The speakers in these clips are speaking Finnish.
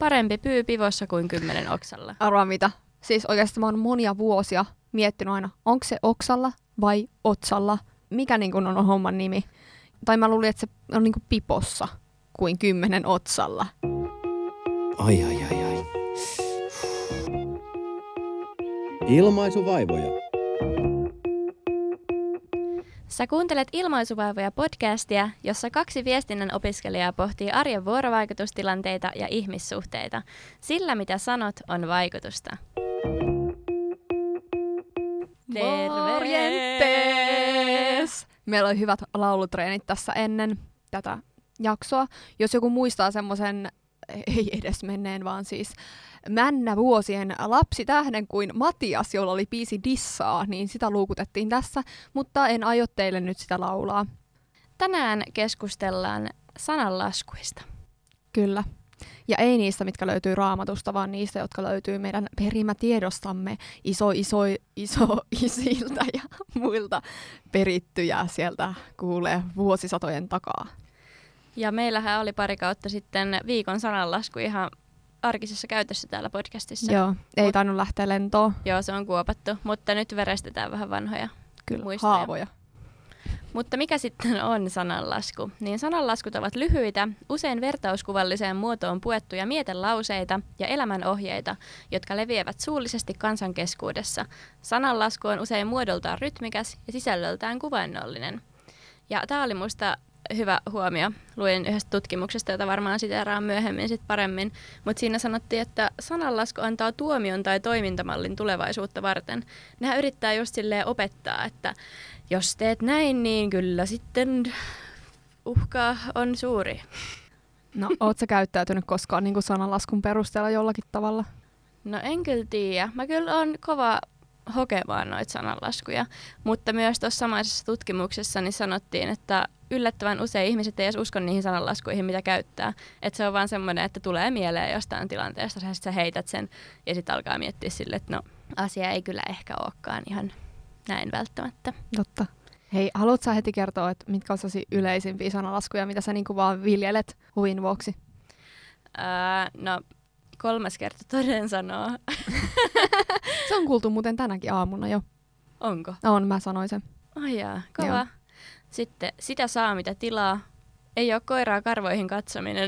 Parempi pyy pivossa kuin 10 oksalla. Arvaa mitä? Siis oikeasti mä oon monia vuosia miettinyt aina, onko se oksalla vai otsalla? Mikä niin kun on homman nimi? Tai mä luulin, että se on niin kuin pipossa kuin 10 otsalla. Ai. Ilmaisuvaivoja. Sä kuuntelet Ilmaisuvaivoja podcastia, jossa 2 viestinnän opiskelijaa pohtii arjen vuorovaikutustilanteita ja ihmissuhteita. Sillä mitä sanot on vaikutusta. Morjentes! Meillä oli hyvät laulutreenit tässä ennen tätä jaksoa. Jos joku muistaa semmoisen, ei edes menneen, vaan siis männävuosien lapsitähden kuin Matias, jolla oli biisi Dissaa, niin sitä luukutettiin tässä, mutta en aio teille nyt sitä laulaa. Tänään keskustellaan sananlaskuista. Kyllä. Ja ei niistä, mitkä löytyy Raamatusta, vaan niistä, jotka löytyy meidän perimätiedostamme isiltä ja muilta perittyjä sieltä kuulee vuosisatojen takaa. Ja meillähän oli pari kautta sitten viikon sananlasku ihan arkisessa käytössä täällä podcastissa. Joo, ei tainnut lähteä lentoon. Joo, se on kuopattu, mutta nyt verestetään vähän vanhoja muistoja. Haavoja. Mutta mikä sitten on sananlasku? Niin sananlaskut ovat lyhyitä, usein vertauskuvalliseen muotoon puettuja mietelauseita ja elämänohjeita, jotka leviävät suullisesti kansan keskuudessa. Sananlasku on usein muodoltaan rytmikäs ja sisällöltään kuvainnollinen. Ja tämä oli musta hyvä huomio. Luin yhdestä tutkimuksesta, jota varmaan siteeraan myöhemmin sit paremmin, mutta siinä sanottiin, että sananlasku antaa tuomion tai toimintamallin tulevaisuutta varten. Nehän yrittää just silleen opettaa, että jos teet näin, niin kyllä sitten uhka on suuri. No, oot sä käyttäytynyt koskaan niin kuin sananlaskun perusteella jollakin tavalla? No en kyllä tiedä. Mä kyllä oon kova hokemaan noita sananlaskuja, mutta myös tuossa samaisessa tutkimuksessa niin sanottiin, että yllättävän usein ihmiset ei edes usko niihin sananlaskuihin, mitä käyttää. Että se on vaan semmoinen, että tulee mieleen jostain tilanteesta, sä heität sen ja sitten alkaa miettiä sille, että no asia ei kyllä ehkä olekaan ihan näin välttämättä. Totta. Hei, haluatko sä heti kertoa, että mitkä on sellaisia yleisimpiä sananlaskuja, mitä sä niinku vaan viljelet huvin vuoksi? No, 3 kerta toden sanoo. Se on kuultu muuten tänäkin aamuna jo. Onko? On, mä sanoin sen. Ai jaa, kova. Joo. Sitten sitä saa mitä tilaa. Ei ole koiraa karvoihin katsominen.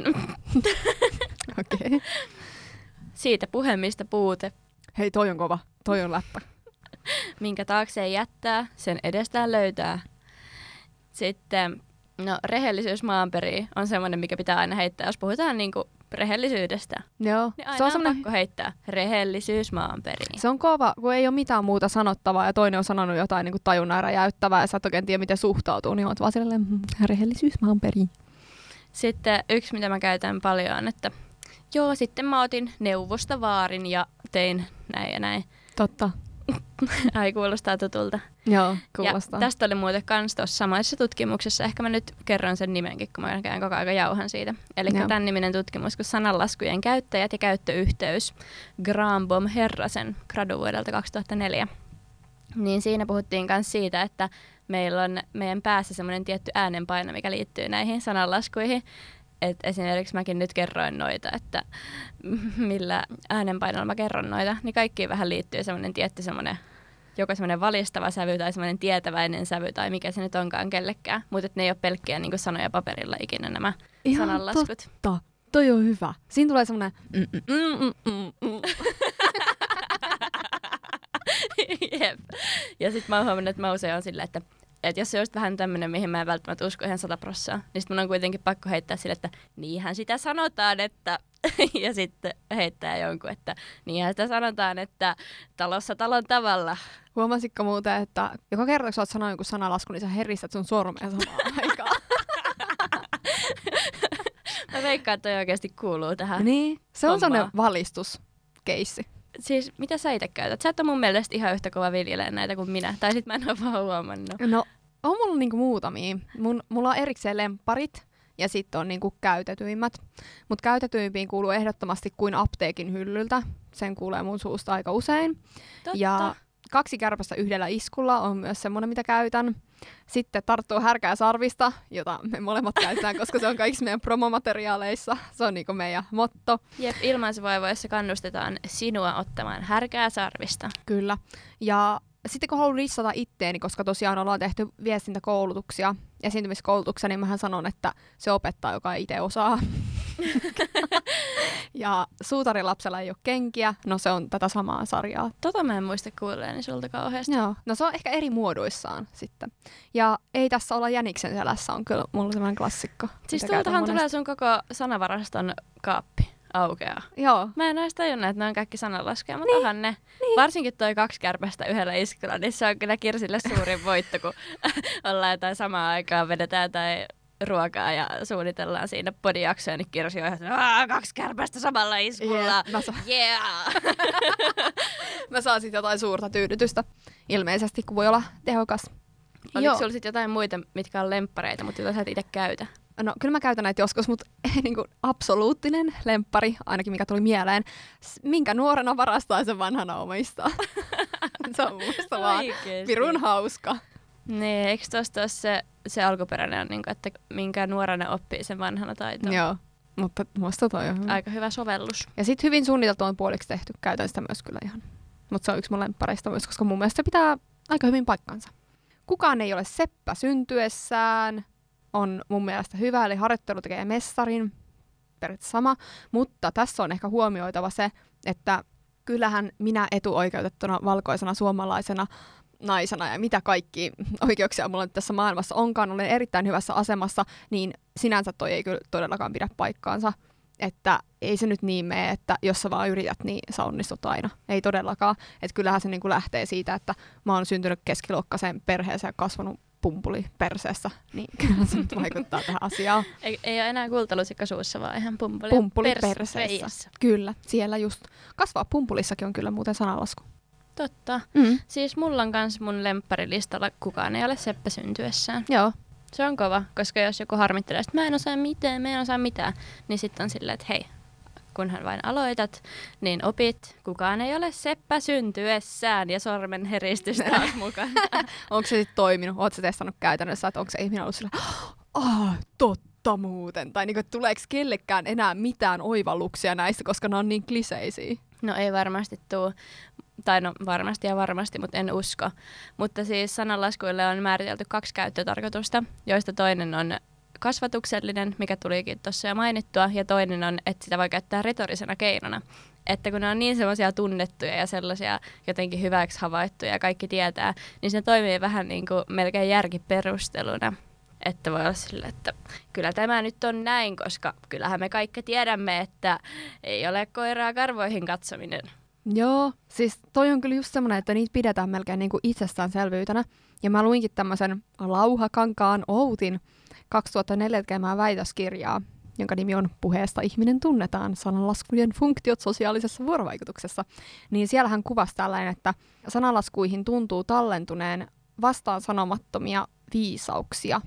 Okei. Okay. Siitä puhemista puute. Hei, toi on kova. Toi on läppä. Minkä taakseen jättää, sen edestään löytää. Sitten, no rehellisyys maanperiin on semmoinen, mikä pitää aina heittää, jos puhutaan niinku rehellisyydestä. Joo. Niin aina Se on on semmoinen... pakko heittää rehellisyys maanperiin. Se on kova, kun ei ole mitään muuta sanottavaa ja toinen on sanonut jotain niin kuin tajunnan räjäyttävää ja sä et oikein tiedä, miten suhtautuu, niin oot vaan silleen, rehellisyys maanperiin. Sitten yksi, mitä mä käytän paljon on, että joo, sitten mä otin neuvosta vaarin ja tein näin ja näin. Totta. Ai, kuulostaa tutulta. Joo, kuulostaa. Ja tästä oli muuten kans tuossa samaisessa tutkimuksessa, ehkä mä nyt kerron sen nimenkin, kun mä käyn koko ajan jauhan siitä. Eli tämän niminen tutkimus, kun sananlaskujen käyttäjät ja käyttöyhteys, Granbom Herrasen gradu vuodelta 2004. Niin siinä puhuttiin myös siitä, että meillä on meidän päässä semmoinen tietty äänenpaino, mikä liittyy näihin sananlaskuihin. Et esimerkiksi mäkin nyt kerroin noita, että millä äänenpainolla mä kerron noita, niin kaikkiin vähän liittyy semmoinen tietty semmoinen, joko semmoinen valistava sävy tai semmoinen tietäväinen sävy tai mikä se nyt onkaan kellekään. Mutta ne ei ole pelkkiä niin sanoja paperilla ikinä nämä ihan sananlaskut. Totta. Toi on hyvä. Siinä tulee semmoinen Jep. Ja sit mä oon huomannut, että mä usein on silleen, että jos se olisi vähän tämmöinen, mihin mä en välttämättä usko ihan 100%, niin sit mun on kuitenkin pakko heittää sille, että niinhän sitä sanotaan, että ja sitten heittää jonkun, että niinhän sitä sanotaan, että talossa talon tavalla. Huomasitko muuten, että joka kerta, kun sä oot sanonut jonkun sananlaskun, niin sä heristät sun sormea samaan aikaan? Mä veikkaan, että toi oikeasti kuuluu tähän. Niin, se on hommaan. sellainen valistuskeissi. Siis mitä sä itse käytät? Sä et ole mun mielestä ihan yhtä kova viljelee näitä kuin minä. Tai sit mä en ole vaan huomannut. No, on mulla niinku muutamia. Mulla on erikseen lempparit ja sitten on niinku käytetyimmät. Mutta käytetyimpiin kuuluu ehdottomasti kuin apteekin hyllyltä. Sen kuulee mun suusta aika usein. Totta. Ja 2 kärpästä yhdellä iskulla on myös semmoinen, mitä käytän. Sitten tarttuu härkää sarvista, jota me molemmat käytetään, koska se on kaikissa meidän promomateriaaleissa. Se on niinku meidän motto. Jep, ilmaisuvaivoissa kannustetaan sinua ottamaan härkää sarvista. Kyllä. Ja sitten kun haluan listata itteeni, koska tosiaan ollaan tehty viestintäkoulutuksia, esiintymiskoulutuksia, niin mähän sanon, että se opettaa, joka ei itse osaa. Ja suutarilapsella ei ole kenkiä, no se on tätä samaa sarjaa. Tota mä en muista kuulleeni sulta kauheasti. Joo, no se on ehkä eri muodoissaan sitten. Ja ei tässä olla jäniksen selässä, on kyllä mulla sellainen klassikko. Siis tuoltahan tulee sun koko sanavaraston kaappi aukeaa. Joo. Mä en ois tajunnut, että ne on kaikki sananlaskuja, mutta onhan ne. Niin. Varsinkin toi 2 kärpästä yhdellä iskulla, niin se on kyllä Kirsille suurin voitto, kun ollaan jotain samaa aikaa, vedetään tai ruokaa ja suunnitellaan siinä podijaksoja, niin Kirsi on ihan, 2 kärpästä samalla iskulla. Yeah. Mä saan sit jotain suurta tyydytystä, ilmeisesti, kun voi olla tehokas. Oliko sulla sit jotain muita, mitkä on lemppareita, mutta joita sä et itse käytä? No kyllä mä käytän näitä joskus, mutta niinku absoluuttinen lemppari, ainakin mikä tuli mieleen, minkä nuorena varastaa sen vanhana omistaa. Se on mun mielestä vaan pirun hauska. Niin, eikö tuosta ole se alkuperäinen on, että minkä nuorena oppii sen vanhana taitoa? Joo, mutta musta toi on aika hyvä sovellus. Ja sitten hyvin suunniteltu on puoliksi tehty, käytän sitä myös kyllä ihan. Mutta se on yksi mun lemppareista myös, koska mun mielestä se pitää aika hyvin paikkansa. Kukaan ei ole seppä syntyessään, on mun mielestä hyvä, eli harjoittelu tekee mestarin, periaatteessa sama, mutta tässä on ehkä huomioitava se, että kyllähän minä etuoikeutettuna valkoisena suomalaisena naisena ja mitä kaikki oikeuksia mulla nyt tässä maailmassa onkaan, olen erittäin hyvässä asemassa, niin sinänsä toi ei kyllä todellakaan pidä paikkaansa. Että ei se nyt niin mene, että jos sä vaan yrität, niin sä onnistut aina. Ei todellakaan. Että kyllähän se niinku lähtee siitä, että mä oon syntynyt keskiluokkaiseen perheeseen ja kasvanut pumpuli perseessä, niin kyllä se nyt vaikuttaa tähän asiaan. Ei ole enää kultalusikka suussa, vaan ihan pumpuli perseessä. Kyllä, siellä just. Kasvaa pumpulissakin on kyllä muuten sananlasku. Totta. Siis mulla on kans mun lempparilistalla kukaan ei ole seppä syntyessään. Joo. Se on kova, koska jos joku harmittelee, että mä en osaa mitään, niin sitten on silleen, että hei, kunhan vain aloitat, niin opit, kukaan ei ole seppä syntyessään ja sormen heristys taas mukana. Onko se sitten toiminut? Oletko sä testannut käytännössä, että onko se ihminen ollut silleen, totta muuten? Tai niinku, tuleeko kellekään enää mitään oivalluksia näistä, koska ne on niin kliseisiä? No ei varmasti tule. Tai no varmasti, mutta en usko. Mutta siis sananlaskuille on määritelty 2 käyttötarkoitusta, joista toinen on kasvatuksellinen, mikä tulikin tuossa jo mainittua, ja toinen on, että sitä voi käyttää retorisena keinona. Että kun ne on niin semmoisia tunnettuja ja sellaisia jotenkin hyväksi havaittuja ja kaikki tietää, niin se toimii vähän niin kuin melkein järkiperusteluna. Että voi olla sille, että kyllä tämä nyt on näin, koska kyllähän me kaikki tiedämme, että ei ole koiraa karvoihin katsominen. Joo, siis toi on kyllä just semmoinen, että niitä pidetään melkein niin kuin itsestäänselvyytenä. Ja mä luinkin tämmöisen Lauha Kankaan Outin 2004 tekemää väitöskirjaa, jonka nimi on Puheesta ihminen tunnetaan, sananlaskujen funktiot sosiaalisessa vuorovaikutuksessa. Niin siellä hän kuvasi tällainen, että sananlaskuihin tuntuu tallentuneen vastaan sanomattomia viisauksia.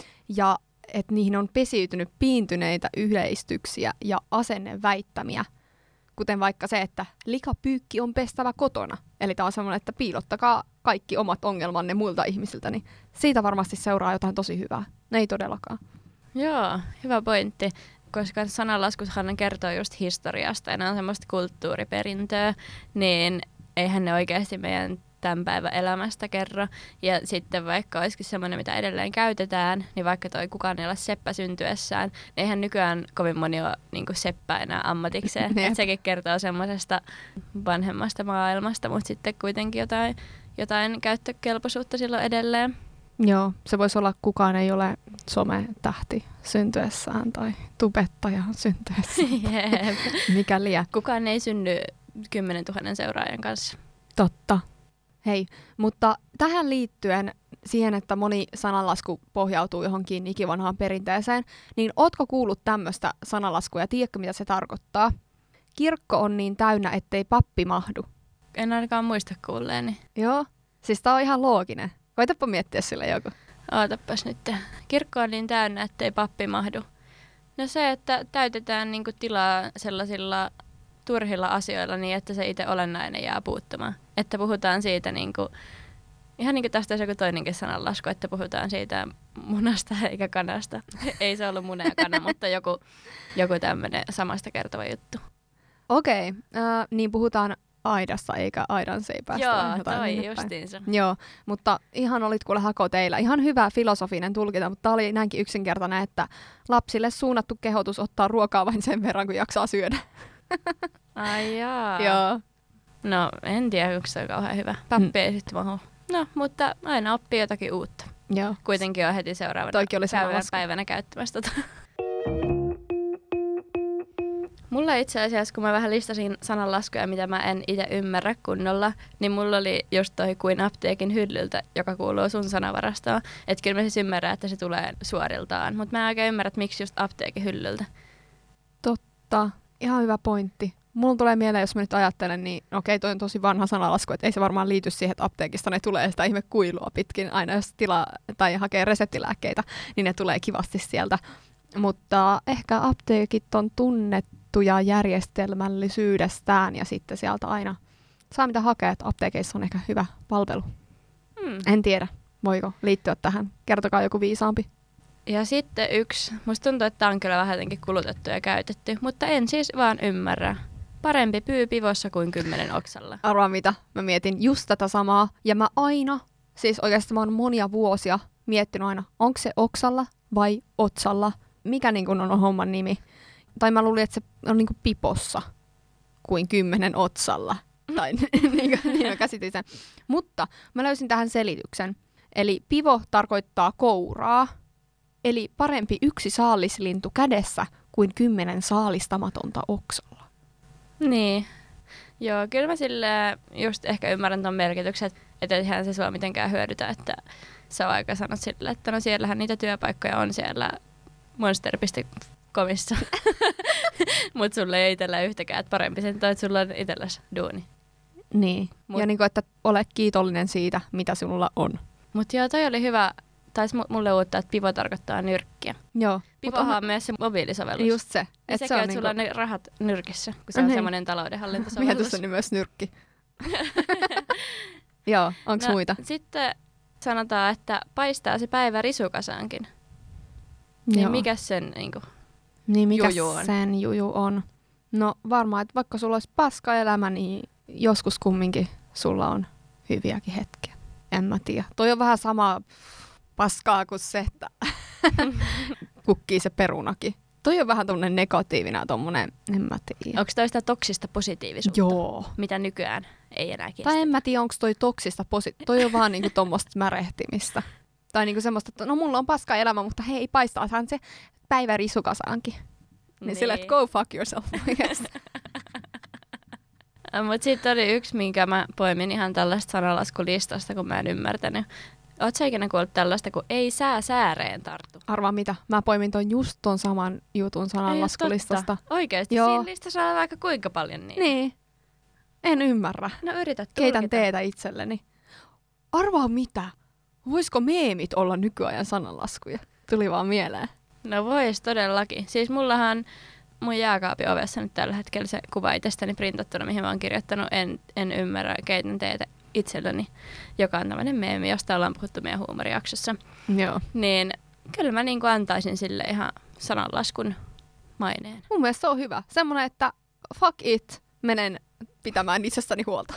Ja että niihin on pesiytynyt piintyneitä yleistyksiä ja asenneväittämiä. Kuten vaikka se, että likapyykki on pestävä kotona. Eli tämä on semmoinen, että piilottakaa kaikki omat ongelmanne muilta ihmisiltä, niin siitä varmasti seuraa jotain tosi hyvää. Ne ei todellakaan. Joo, hyvä pointti. Koska sananlaskushan kertoo just historiasta ja ne on semmoista kulttuuriperintöä, niin eihän ne oikeasti meidän tämän päivän elämästä kerro. Ja sitten vaikka olisikin semmoinen, mitä edelleen käytetään, niin vaikka toi kukaan ei ole seppä syntyessään, niin eihän nykyään kovin moni ole niin kuin seppä enää ammatikseen. Et sekin kertoo semmoisesta vanhemmasta maailmasta, mutta sitten kuitenkin jotain käyttökelpoisuutta silloin edelleen. Joo, se voisi olla kukaan ei ole sometähti syntyessään tai tubettaja syntyessään. Mikä liian. Kukaan ei synny 10 000 seuraajan kanssa. Totta. Hei, mutta tähän liittyen siihen, että moni sananlasku pohjautuu johonkin ikivanhaan perinteeseen, niin ootko kuullut tämmöistä sananlaskua ja tiedätkö, mitä se tarkoittaa? Kirkko on niin täynnä, ettei pappi mahdu. En ainakaan muista kuulleeni. Joo, siis tää on ihan looginen. Koitapa miettiä sille joku. Ootapas nyt. Kirkko on niin täynnä, ettei pappi mahdu. No se, että täytetään niinku tilaa sellaisilla turhilla asioilla niin, että se itse olennainen jää puuttumaan. Että puhutaan siitä niinku Ihan niin kuin tästä olisi joku toinenkin sananlasku, että puhutaan siitä munasta eikä kanasta. Ei se ollut muna ja kana, mutta joku tämmöinen samasta kertova juttu. Okei, niin puhutaan aidassa eikä aidan seipäästä. Joo, toi justiinsa. Joo, mutta ihan olit kuule hakoteillä. Ihan hyvä filosofinen tulkinta, mutta tämä oli näinkin yksinkertainen, että lapsille suunnattu kehotus ottaa ruokaa vain sen verran, kun jaksaa syödä. Ai jaa. Joo. No, en tiedä, onko se on kauhean hyvä. Pappi ei sitten mahu. No, mutta aina oppii jotakin uutta. Joo. Kuitenkin on heti seuraavana päivänä käyttämässä tota. Mulla itse asiassa, kun mä vähän listasin sananlaskuja, mitä mä en itse ymmärrä kunnolla, niin mulla oli just toi kuin apteekin hyllyltä, joka kuuluu sun sanavarastoon. Että kyllä mä siis ymmärrän, että se tulee suoriltaan. Mutta mä en oikein ymmärrä, että miksi just apteekin hyllyltä. Totta. Ihan hyvä pointti. Mulla tulee mieleen, jos mä nyt ajattelen, niin okei, toi on tosi vanha sanalasku, että ei se varmaan liity siihen, että apteekista ne tulee sitä ihme kuilua pitkin. Aina jos tilaa tai hakee reseptilääkkeitä, niin ne tulee kivasti sieltä. Mutta ehkä apteekit on tunnettuja järjestelmällisyydestään ja sitten sieltä aina saa mitä hakea, että apteekeissa on ehkä hyvä palvelu. En tiedä, voiko liittyä tähän. Kertokaa joku viisaampi. Ja sitten yksi, musta tuntuu, että tämä on kyllä vähän jotenkin kulutettu ja käytetty, mutta en siis vaan ymmärrä. Parempi pyy pivossa kuin 10 oksalla. Arvaa mitä? Mä mietin just tätä samaa. Ja mä aina, siis oikeastaan mä oon monia vuosia miettinyt aina, onko se oksalla vai otsalla. Mikä niin kun on homman nimi? Tai mä luulin, että se on niin kuin pipossa kuin 10 otsalla. Tai niin mä käsitin sen. Mutta mä löysin tähän selityksen. Eli pivo tarkoittaa kouraa. Eli parempi yksi saalislintu kädessä kuin 10 saalistamatonta oksalla. Niin. Joo, kyllä mä silleen just ehkä ymmärrän ton merkityksen, että eihän se sua mitenkään hyödytä, että sä oot aika sanot silleen, että no siellähän niitä työpaikkoja on siellä monster.comissa. Mut sulle ei itsellä yhtäkään, että parempi sen toi, että sulla on itselläsi duuni. Niin. Ja niin kuin, että ole kiitollinen siitä, mitä sinulla on. Mut joo, toi oli hyvä. Taisi mulle uutta, että pivo tarkoittaa nyrkkiä. Joo. Pivohan on myös se mobiilisovellus. Just se. Ja sekin, että sulla on ne rahat nyrkissä, kun se on semmoinen taloudenhallintasovellus. Mietussa niin myös nyrkki. Joo, onks muita? Sitten sanotaan, että paistaa se päivä risukasaankin. Niin mikä sen juju on? Sen juju on? No varmaan, että vaikka sulla olisi paska elämä, niin joskus kumminkin sulla on hyviäkin hetkiä. En mä tiedä. Toi on vähän sama paskaa kuin se, että kukkii se perunakin. Toi on vähän tommonen negatiivinen tommonen, en mä tiedä. Onko toi sitä toksista positiivisuutta? Joo. Mitä nykyään ei enää kestä? Tai en mä tiedä, onko toi toksista toi on vaan niinku tommoista märehtimistä. Tai niinku semmoista, että no mulla on paska elämä, mutta hei, paistaahan se päivä risukasaankin. Niin sillä, että go fuck yourself. Mutta sitten oli yksi, minkä mä poimin ihan tällaista sanalaskulistasta, kun mä en ymmärtänyt. Oot sä ikinä kuullut tällaista, kun ei sää sääreen tartu? Arvaa mitä? Mä poimin just ton saman jutun sananlaskulistasta. Oikeesti? Joo. Siinä listassa on vaikka kuinka paljon niitä. Niin. En ymmärrä. No yritä tulkita. Keitän teetä itselleni. Arvaa mitä? Voisiko meemit olla nykyajan sananlaskuja? Tuli vaan mieleen. No vois todellakin. Siis mullahan mun jääkaapin ovessa nyt tällä hetkellä se kuva itsestäni printattuna, mihin mä oon kirjoittanut en ymmärrä, keitän teetä itselleni, joka on tämmöinen meemi, josta ollaan puhuttu meidän huumorijaksossa. Joo. Niin kyllä mä niinku antaisin sille ihan sananlaskun maineen. Mun mielestä se on hyvä. Semmoinen, että fuck it, menen pitämään itsestäni huolta.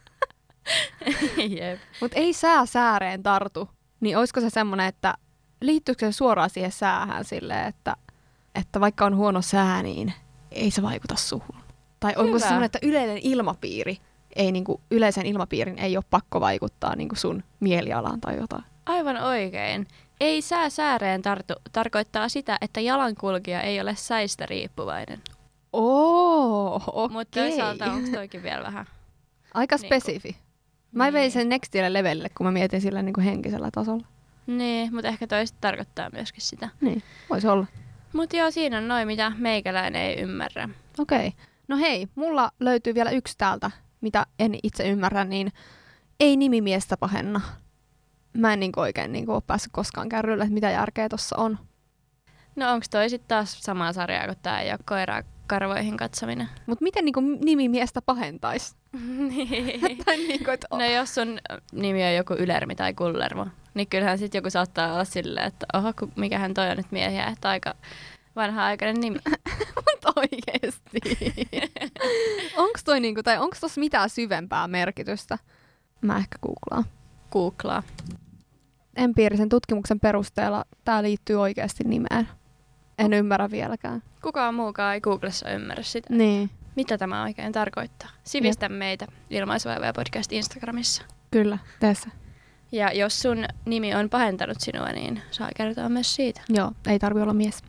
Jep. Mut ei sää sääreen tartu. Niin olisiko se semmoinen, että liittyykö se suoraan siihen säähän silleen, että vaikka on huono sää, niin ei se vaikuta suhun? Tai onko se semmoinen, että yleinen ilmapiiri, yleisen ilmapiirin ei ole pakko vaikuttaa niin kuin sun mielialaan tai jotain? Aivan oikein. Ei sää sääreen tartu tarkoittaa sitä, että jalankulkija ei ole säistä riippuvainen. Okei. Mutta toisaalta onko toikin vielä vähän? Aika spesifi. Mä vein sen nextille levelille, kun mä mietin sillä niin kuin henkisellä tasolla. Niin, mutta ehkä toista tarkoittaa myöskin sitä. Niin, voisi olla. Mutta joo, siinä on noin, mitä meikäläinen ei ymmärrä. Okei. No hei, mulla löytyy vielä yksi täältä, mitä en itse ymmärrä, niin ei nimimiestä pahenna. Mä en oikein ole päässyt koskaan kärrylle, että mitä järkeä tossa on. No onko toi sitten taas samaa sarjaa, kun tää ei ole karvoihin katsominen. Mut miten niinku nimi miestä pahentaisi? Niin. niinku, No jos sun nimi on joku Ylermi tai Kullervo, niin kyllähän sit joku saattaa olla silleen, että oho, mikähän toi on nyt miehiä, että aika vanha-aikainen nimi. Mut oikeesti. Onks toi niinku, tai onks tossa mitään syvempää merkitystä? Mä ehkä googlaan. Googlaa. Empiirisen tutkimuksen perusteella tää liittyy oikeasti nimeen. En ymmärrä vieläkään. Kukaan muukaan ei Googlessa ymmärrä sitä. Niin. Mitä tämä oikein tarkoittaa? Sivistä meitä Ilmaisvaivoja podcast Instagramissa. Kyllä, tee se. Ja jos sun nimi on pahentanut sinua, niin saa kertoa myös siitä. Joo, ei tarvi olla mies.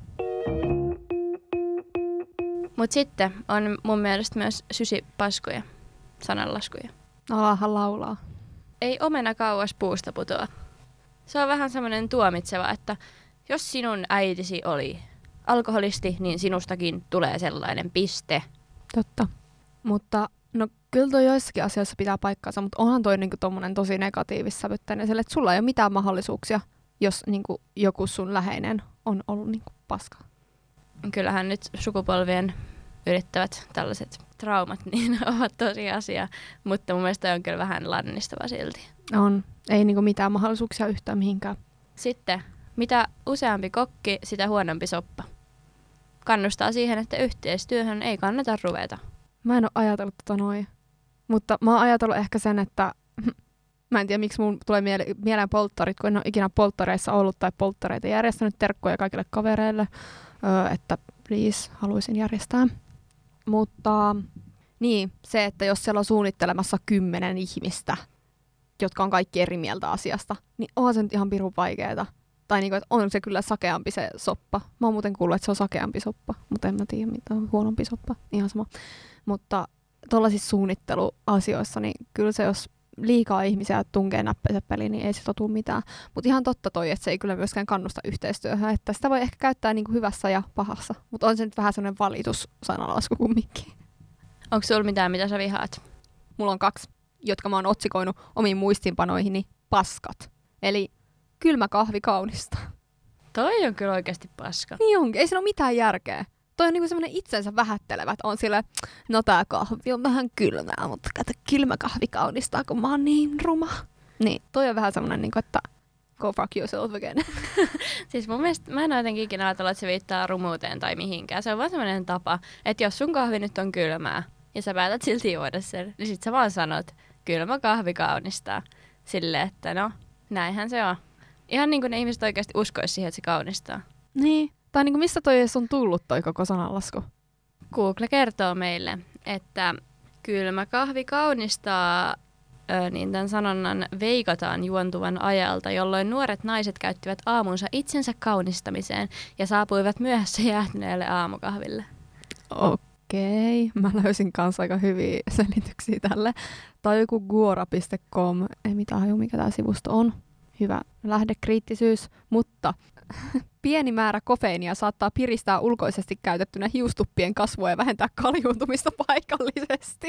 Mut sitten on mun mielestä myös sysipaskuja, sananlaskuja. Alahan laulaa. Ei omena kauas puusta putoa. Se on vähän semmoinen tuomitseva, että jos sinun äitisi oli alkoholisti, niin sinustakin tulee sellainen piste. Totta. Mutta no kyllä toi joissakin asioissa pitää paikkaansa, mutta onhan toi niinku tommonen tosi negatiivissävytteinen sille, että sulla ei ole mitään mahdollisuuksia, jos niinku joku sun läheinen on ollut niinku paska. Kyllähän nyt sukupolvien yrittävät tällaiset traumat niin ovat tosi asia, mutta mun mielestä on kyllä vähän lannistava silti. On. Ei niinku mitään mahdollisuuksia yhtään mihinkään. Sitten, mitä useampi kokki, sitä huonompi soppa. Kannustaa siihen, että yhteistyöhön ei kannata ruveta. Mä en oo ajatellut noin. Mutta mä oon ajatellut ehkä sen, että mä en tiedä miksi mun tulee mieleen polttarit, kun en ole ikinä polttareissa ollut tai polttareita järjestänyt. Terkkuja kaikille kavereille, että please, haluaisin järjestää. Mutta niin, se, että jos siellä on suunnittelemassa 10 ihmistä, jotka on kaikki eri mieltä asiasta, niin onhan se nyt ihan pirun vaikeeta. Tai niinku, että on se kyllä sakeampi se soppa. Mä oon muuten kuullut, että se on sakeampi soppa, mutta en mä tiedä, mitä on huonompi soppa. Ihan sama. Mutta tuollaisissa suunnitteluasioissa, niin kyllä se, jos liikaa ihmisiä tunkee näppänsä peliin, niin ei se tule mitään. Mutta ihan totta toi, että se ei kyllä myöskään kannusta yhteistyöhön. Että sitä voi ehkä käyttää niinku hyvässä ja pahassa. Mutta on se nyt vähän sellainen valitussananlasku kumminkin. Onko sulla mitään, mitä sä vihaat? Mulla on 2, jotka mä oon otsikoinut omiin muistinpanoihini paskat. Eli kylmä kahvi kaunista. Toi on kyllä oikeasti paska. Niin onkin, ei siinä ole mitään järkeä. Toi on niinku semmoinen itsensä vähättelevä, että on silleen, no tää kahvi on vähän kylmää, mutta kato kylmä kahvi kaunistaa, kun mä oon niin ruma. Niin, toi on vähän semmoinen, niinku, että go fuck yourself again. Siis mun mielestä mä en ole jotenkin ikinä ajatella, että se viittaa rumuuteen tai mihinkään. Se on vaan semmoinen tapa, että jos sun kahvi nyt on kylmää ja sä päätät silti juoda sen, niin sit sä vaan sanot, kylmä kahvi kaunistaa. Silleen, että no, näinhän se on. Ihan niin kuin ne ihmiset oikeasti uskois siihen, että se kaunistaa. Niin, tai niinku mistä toi edes on tullut toi koko sananlasku? Google kertoo meille, että kylmä kahvi kaunistaa, niin tämän sanonnan veikataan juontuvan ajalta, jolloin nuoret naiset käyttivät aamunsa itsensä kaunistamiseen ja saapuivat myöhässä jäähtyneelle aamukahville. Okei, mä löysin kanssa aika hyviä selityksiä tälle. Tai joku guora.com, ei mitään haju mikä tää sivusto on. Hyvä lähdekriittisyys, mutta pieni määrä kofeiinia saattaa piristää ulkoisesti käytettynä hiustuppien kasvua ja vähentää kaljuuntumista paikallisesti.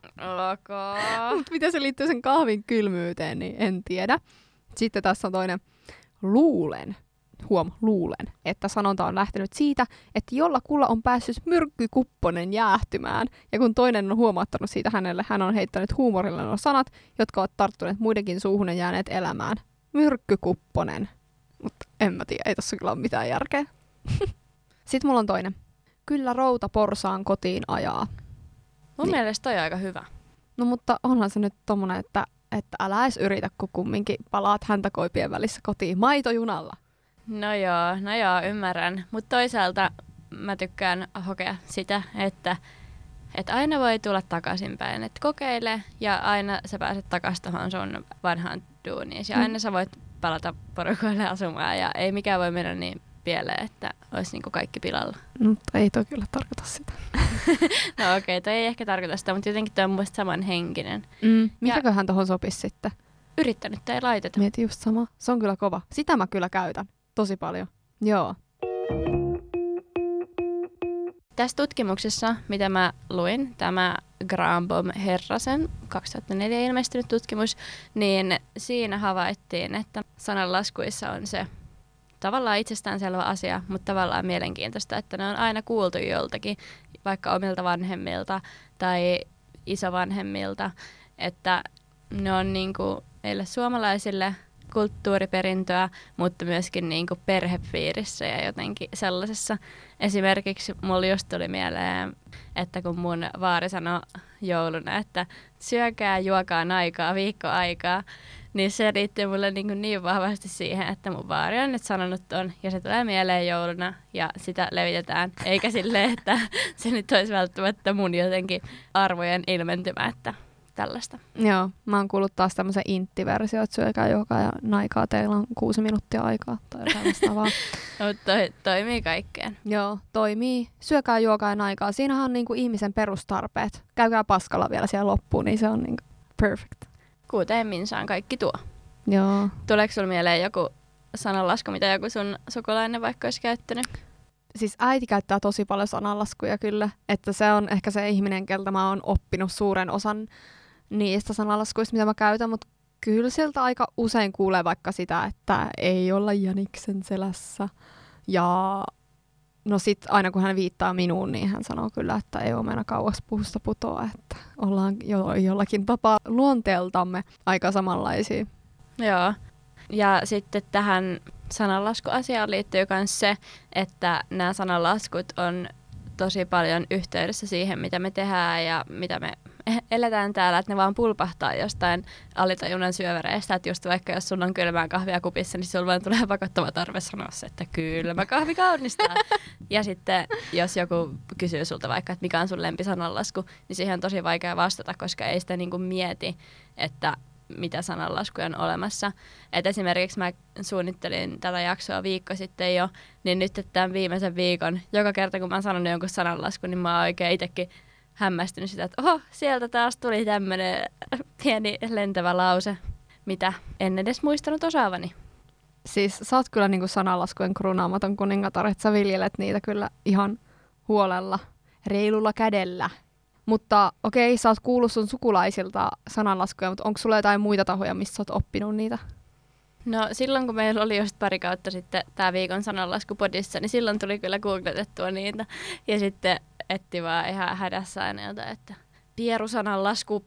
Mutta miten se liittyy sen kahvin kylmyyteen, niin en tiedä. Sitten tässä on toinen luulen, että sanonta on lähtenyt siitä, että jollakulla on päässyt myrkkykupponen jäähtymään. Ja kun toinen on huomauttanut siitä hänelle, hän on heittänyt huumorilla nuo sanat, jotka ovat tarttuneet muidenkin suuhun ja jääneet elämään. Myrkkykupponen. Mutta en mä tiedä, ei tossa kyllä ole mitään järkeä. Sitten mulla on toinen. Kyllä routa porsaan kotiin ajaa. Mun mielestä toi on aika hyvä. No mutta onhan se nyt tommonen, että älä edes yritä, kun kumminkin palaat häntäkoipien välissä kotiin maitojunalla. No joo, ymmärrän. Mutta toisaalta mä tykkään hokea sitä, että aina voi tulla takaisinpäin. Että kokeile ja aina sä pääset takaisin tuohon sun vanhaan duuniin. Ja aina sä voit palata porukoille asumaan ja ei mikään voi mennä niin pieleen, että olisi niinku kaikki pilalla. Mutta ei toi kyllä tarkoita sitä. No okei, toi ei ehkä tarkoita sitä, mutta jotenkin toi on mun mielestä samanhenkinen. Mitäköhän tohon sopisi sitten? Yrittänyt ei laiteta. Mieti just sama. Se on kyllä kova. Sitä mä kyllä käytän. Tosi paljon. Joo. Tässä tutkimuksessa, mitä mä luin, tämä Granbom Herrasen 2004 ilmestynyt tutkimus, niin siinä havaittiin, että sananlaskuissa on se tavallaan itsestäänselvä asia, mutta tavallaan mielenkiintoista, että ne on aina kuultu joltakin, vaikka omilta vanhemmilta tai isovanhemmilta, että ne on niinku meille suomalaisille kulttuuriperintöä, mutta myöskin niinku perhepiirissä ja jotenkin sellaisessa. Esimerkiksi mulla just tuli mieleen, että kun mun vaari sanoi jouluna, että syökää, juokaa aikaa, viikko aikaa, niin se liittyy mulle niin vahvasti siihen, että mun vaari on nyt sanonut ton ja se tulee mieleen jouluna ja sitä levitetään. Eikä silleen, että se nyt olisi välttämättä mun jotenkin arvojen ilmentymä, että tällaista. Joo, mä oon kuullut taas tämmöisen intti-versio, että syökää joka ja aikaa, teillä on 6 minuuttia aikaa tai jotain vastaavaa. Toimii kaikkeen. Joo, toimii. Syökää juokaa ja aikaa. Siinähän on niinku ihmisen perustarpeet. Käykää paskalla vielä siellä loppuun, niin se on niinku perfect. 6 minsaan kaikki tuo. Joo. Tuleeko sulla mieleen joku sananlasku, mitä joku sun sukulainen vaikka olisi käyttänyt? Siis äiti käyttää tosi paljon sananlaskuja kyllä, että se on ehkä se ihminen, keltä mä oon oppinut suuren osan niistä sananlaskuista, mitä mä käytän, mutta kyllä sieltä aika usein kuulee vaikka sitä, että ei olla jäniksen selässä. Ja no sit aina kun hän viittaa minuun, niin hän sanoo kyllä, että ei omena kauas puusta putoa, että ollaan jollakin tapaa luonteeltamme aika samanlaisia. Joo. Ja sitten tähän sananlaskuasiaan liittyy myös se, että nämä sananlaskut on tosi paljon yhteydessä siihen, mitä me tehdään ja mitä me eletään täällä, että ne vaan pulpahtaa jostain alitajunnan syövereistä, että just vaikka jos sulla on kylmää kahvia kupissa, niin sulla vaan tulee pakottava tarve sanoa se, että kylmä kahvi kaunistaa. Ja sitten jos joku kysyy sulta vaikka, että mikä on sun lempisananlasku, niin siihen on tosi vaikea vastata, koska ei sitä niinku mieti, että mitä sananlaskuja on olemassa. Et esimerkiksi mä suunnittelin tätä jaksoa viikko sitten jo, niin nyt tämän viimeisen viikon, joka kerta kun mä oon sanonut jonkun sananlaskun, niin mä oon oikein itsekin hämmästynyt sitä, että oho, sieltä taas tuli tämmönen pieni lentävä lause, mitä en edes muistanut osaavani. Siis sä oot kyllä niinku sananlaskujen kruunaamaton kuningatar, että sä viljelet niitä kyllä ihan huolella, reilulla kädellä. Mutta okei, sä oot kuullut sun sukulaisilta sananlaskuja, mutta onko sulla jotain muita tahoja, missä sä oot oppinut niitä? No silloin, kun meillä oli just pari kautta sitten tää viikon sananlaskupodissa, niin silloin tuli kyllä googletettua niitä. Ja sitten etti vaan ihan hädässä aina jotain, että pierusananlasku.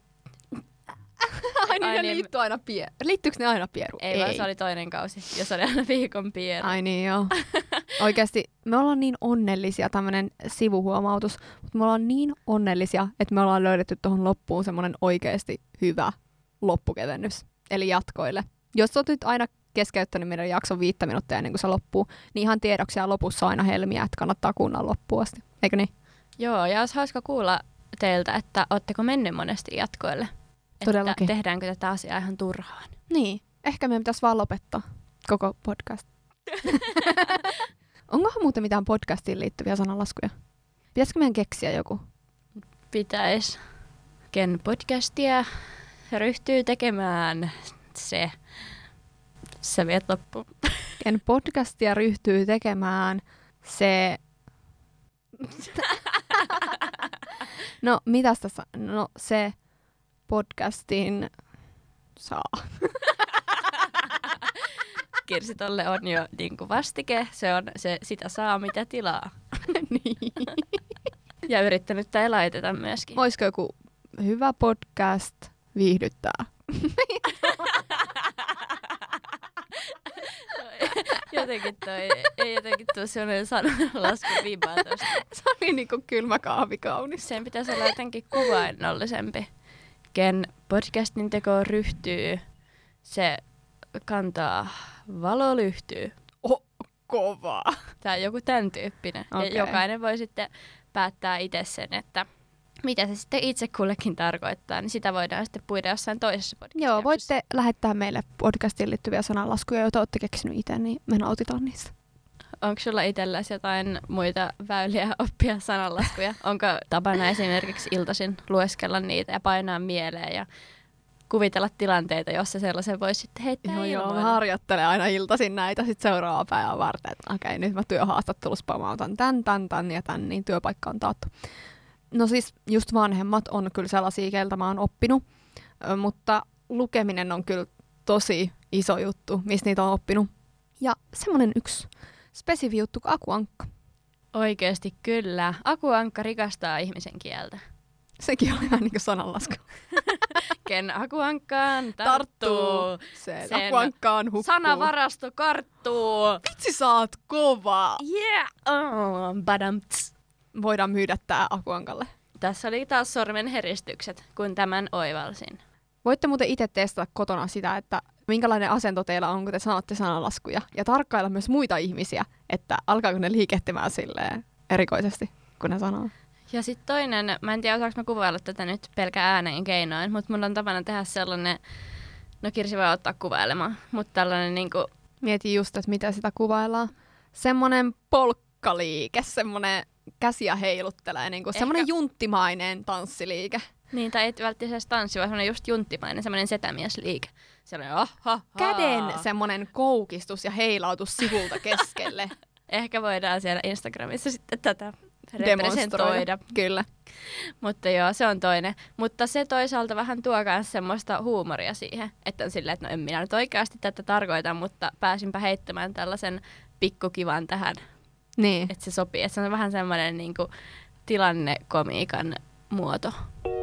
Ai niin, ne liittyy aina liittyykö ne aina pieru? Ei, vaan se oli toinen kausi, jos oli aina viikon pieru. Ai niin, joo. Oikeasti me ollaan niin onnellisia, tämmönen sivuhuomautus, mutta me ollaan niin onnellisia, että me ollaan löydetty tuohon loppuun semmoinen oikeasti hyvä loppukevennys, eli jatkoille. Jos oot nyt aina keskeyttänyt meidän jakson 5 minuuttia ennen kuin se loppuu, niin ihan tiedoksi lopussa aina helmiä, että kannattaa kuunnella loppuun asti, eikö niin? Joo, ja olisi hauska kuulla teiltä, että ootteko mennyt monesti jatkoille? Todellakin. Että tehdäänkö tätä asiaa ihan turhaan? Niin, ehkä meidän pitäisi vaan lopettaa koko podcast. Onkohan muuten mitään podcastiin liittyviä sananlaskuja? Pitäisikö meidän keksiä joku? Pitäis. Ken podcastia ryhtyy tekemään se. Sä viet loppuun. Ken podcastia ryhtyy tekemään se. No, mitäs tässä? No, se podcastin saa. Kirsi, tolle on jo niinku vastike. Se on se, sitä saa mitä tilaa. Niin. Ja yrittänyt tai laiteta myöskin. Olisiko joku hyvä podcast viihdyttää? Ei jotenkin tuo sellainen sananlasku vibaa tosta. Se oli niinku kylmä kahvi kaunis. Sen pitäisi olla jotenkin kuvainnollisempi. Ken podcastin tekoon ryhtyy, se kantaa valolyhtyy. Kovaa. Tämä on joku tämän tyyppinen. Okay. Ja jokainen voi sitten päättää itse sen, että mitä se sitten itse kullekin tarkoittaa, niin sitä voidaan sitten puida jossain toisessa podcastissa. Joo, voitte lähettää meille podcastiin liittyviä sananlaskuja, joita olette keksinyt itse, niin me nautitaan niistä. Onko sulla itselläsi jotain muita väyliä oppia sananlaskuja? Onko tapana esimerkiksi iltaisin lueskella niitä ja painaa mieleen ja kuvitella tilanteita, jossa sellaisen voisi sitten heittää ilmaan? Joo, mä harjoittelen aina iltaisin näitä sit seuraavaa päivää varten, että okei, nyt mä työhaastattelussa pamautan tän ja tän, niin työpaikka on taattu. No siis just vanhemmat on kyllä sellaisia, keltä mä oon oppinut, mutta lukeminen on kyllä tosi iso juttu, mistä niitä on oppinut. Ja semmonen yksi spesifi juttu kuin akuankka. Oikeesti kyllä. Akuankka rikastaa ihmisen kieltä. Sekin on ihan niinku sananlasku. Ken akuankkaan tarttuu. Sen Sen akuankkaan hukkuu. Sanavarasto karttuu. Vitsi, sä oot kova! Yeah! Oh, badamts. Voidaan myydä tää akuankalle. Tässä oli taas sormen heristykset, kun tämän oivalsin. Voitte muuten itse testata kotona sitä, että minkälainen asento teillä on, kun te sanotte sananlaskuja. Ja tarkkailla myös muita ihmisiä, että alkaako ne liikehtimään silleen erikoisesti, kun ne sanoo. Ja sitten toinen, mä en tiedä osaanko mä kuvailla tätä nyt pelkä ääneen keinoin, mutta mulla on tapana tehdä sellainen, no Kirsi voi ottaa kuvailemaan, mutta tällainen niinku... Mietin just, että mitä sitä kuvaillaan. Semmonen polkkaliike, semmonen käsiä heiluttelee, niinku semmonen junttimainen tanssiliike. Niin, tai ei välttämättä tanssi, vaan semmoinen just junttimainen, semmoinen setämiesliike. Sellainen Käden semmonen koukistus ja heilautus sivulta keskelle. Ehkä voidaan siellä Instagramissa sitten tätä representoida. Kyllä. Mutta joo, se on toinen. Mutta se toisaalta vähän tuo myös semmoista huumoria siihen, että on silleen, että no en minä nyt oikeasti tätä tarkoita, mutta pääsinpä heittämään tällaisen pikkukivan tähän. Niin. Että se sopii. Että se on vähän semmoinen niinku tilannekomiikan muoto.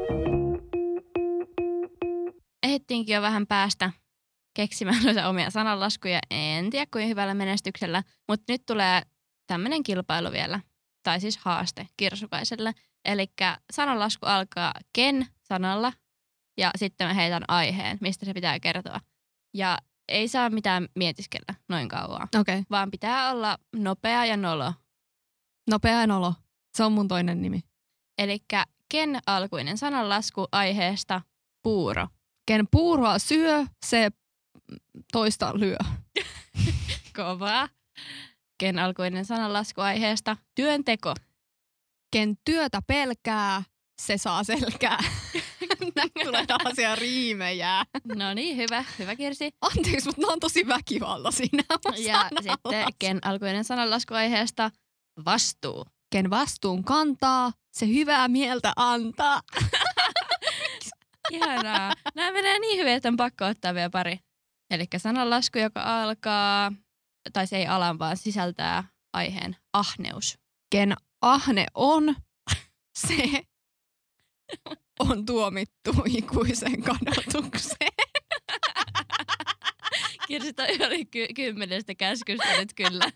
Ehdittiinkin jo vähän päästä keksimään noita omia sananlaskuja. En tiedä kuinka hyvällä menestyksellä, mutta nyt tulee tämmöinen kilpailu vielä. Tai siis haaste Kirsukaiselle. Eli sananlasku alkaa ken-sanalla ja sitten mä heitän aiheen, mistä se pitää kertoa. Ja ei saa mitään mietiskellä noin kauan, Okei. vaan pitää olla nopea ja nolo. Nopea ja nolo. Se on mun toinen nimi. Eli ken-alkuinen sananlasku aiheesta puuro. Ken puuroa syö, se toista lyö. Kovaa. Ken-alkuinen sananlasku aiheesta työnteko. Ken työtä pelkää, se saa selkää. Tulee tällaisia riimejä. No niin, hyvä Kirsi. Anteeksi, mutta ne on tosi väkivaltaisia. Ja sitten ken-alkuinen sananlasku aiheesta vastuu. Ken vastuun kantaa, se hyvää mieltä antaa. Ihanaa. Nämä menee niin hyvin, että on pakko ottaa vielä pari. Eli sananlasku, joka alkaa, tai se ei ala, vaan sisältää aiheen ahneus. Ken ahne on, se on tuomittu ikuisen kadotukseen. Kirsi, toi oli 10 käskystä nyt kyllä.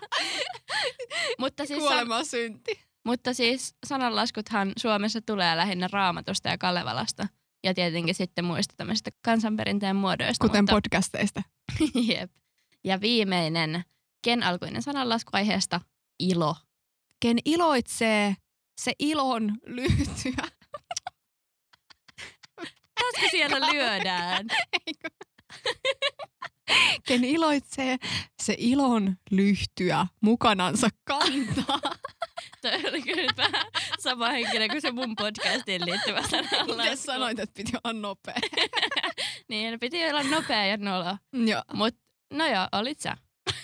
Kuolema synti. Mutta siis sananlaskuthan Suomessa tulee lähinnä Raamatusta ja Kalevalasta. Ja tietenkin sitten muista tämmöisistä kansanperinteen muodoista. Kuten podcasteista. Jep. Ja viimeinen, ken alkuinen sananlasku aiheesta ilo. Ken iloitsee, se ilon lyhtyä. Taasko siellä lyödään? Eikö? Ken iloitsee, se ilon lyhtyä mukanansa kantaa. Toi oli kyllä nyt vähän sama henkilö kuin se mun podcastiin liittyvä sananlasku. Miten sanoit, että piti olla nopea? Niin, piti olla nopea ja nolo. Joo. Mut, no joo, olit sä.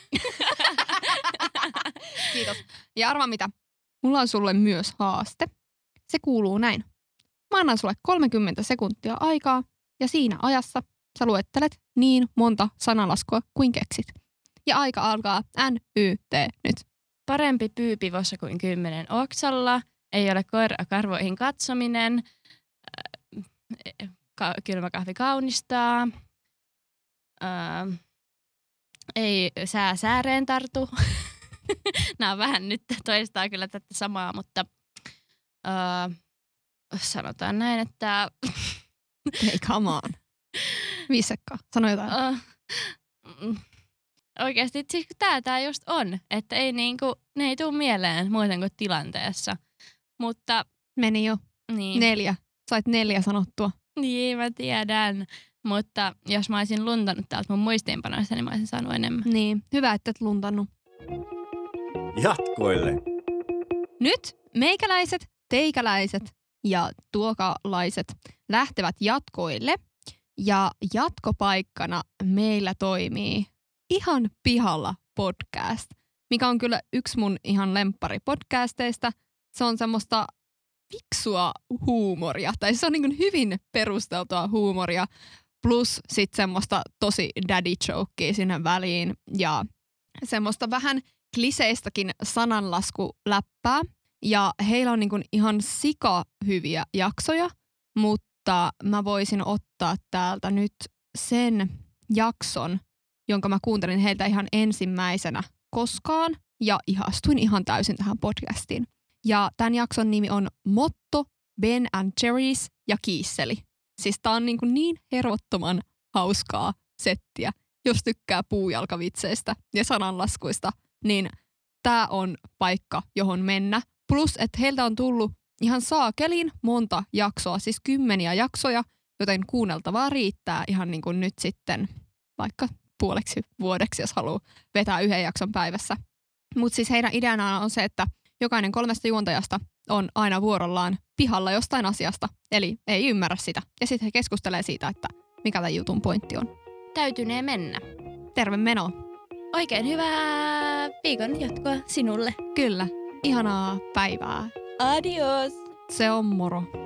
Kiitos. Ja arvaa mitä? Mulla on sulle myös haaste. Se kuuluu näin. Mä annan sulle 30 sekuntia aikaa ja siinä ajassa sä luettelet niin monta sanalaskua kuin keksit. Ja aika alkaa NYT nyt. Parempi pyy pivossa kuin 10 oksalla. Ei ole koira karvoihin katsominen. Kylmä kahvi kaunistaa. Ei sää sääreen tartu. Nämä on vähän nyt toistaa kyllä tätä samaa, mutta sanotaan näin, että... Hei, come on. Viisekka, sano jotain. Oikeasti siis tää just on, että ei niinku, ne ei tule mieleen muuten kuin tilanteessa. Mutta... Meni jo. Niin. 4. Sait 4 sanottua. Niin, mä tiedän. Mutta jos mä olisin luntannut täältä mun muistiinpanoista, niin mä olisin saanut enemmän. Niin, hyvä, että et luntannut. Jatkoille. Nyt meikäläiset, teikäläiset ja tuokalaiset lähtevät jatkoille. Ja jatkopaikkana meillä toimii Ihan pihalla podcast, mikä on kyllä yksi mun ihan lemppari-podcasteista. Se on semmoista fiksua huumoria, tai se on niin hyvin perusteltua huumoria, plus sitten semmoista tosi daddy jokea sinne väliin. Ja semmoista vähän kliseistäkin sananlaskuläppää. Ja heillä on niin kuin ihan sikahyviä jaksoja, mutta mä voisin ottaa täältä nyt sen jakson, jonka mä kuuntelin heiltä ihan ensimmäisenä koskaan ja ihastuin ihan täysin tähän podcastiin. Ja tämän jakson nimi on Motto, Ben and Jerry's ja Kiisseli. Siis tää on niin hervottoman hauskaa settiä. Jos tykkää puujalkavitseistä ja sananlaskuista, niin tää on paikka, johon mennä. Plus, että heiltä on tullut ihan saakelin monta jaksoa, siis 10 jaksoja, joten kuunneltavaa riittää ihan niin kuin nyt sitten vaikka puoleksi vuodeksi, jos haluaa vetää 1 jakson päivässä. Mutta siis heidän ideana on se, että jokainen 3 juontajasta on aina vuorollaan pihalla jostain asiasta, eli ei ymmärrä sitä. Ja sitten he keskustelee siitä, että mikä tämän jutun pointti on. Täytynee mennä. Terve meno. Oikein hyvää viikon jatkoa sinulle. Kyllä. Ihanaa päivää. Adios. Se on moro.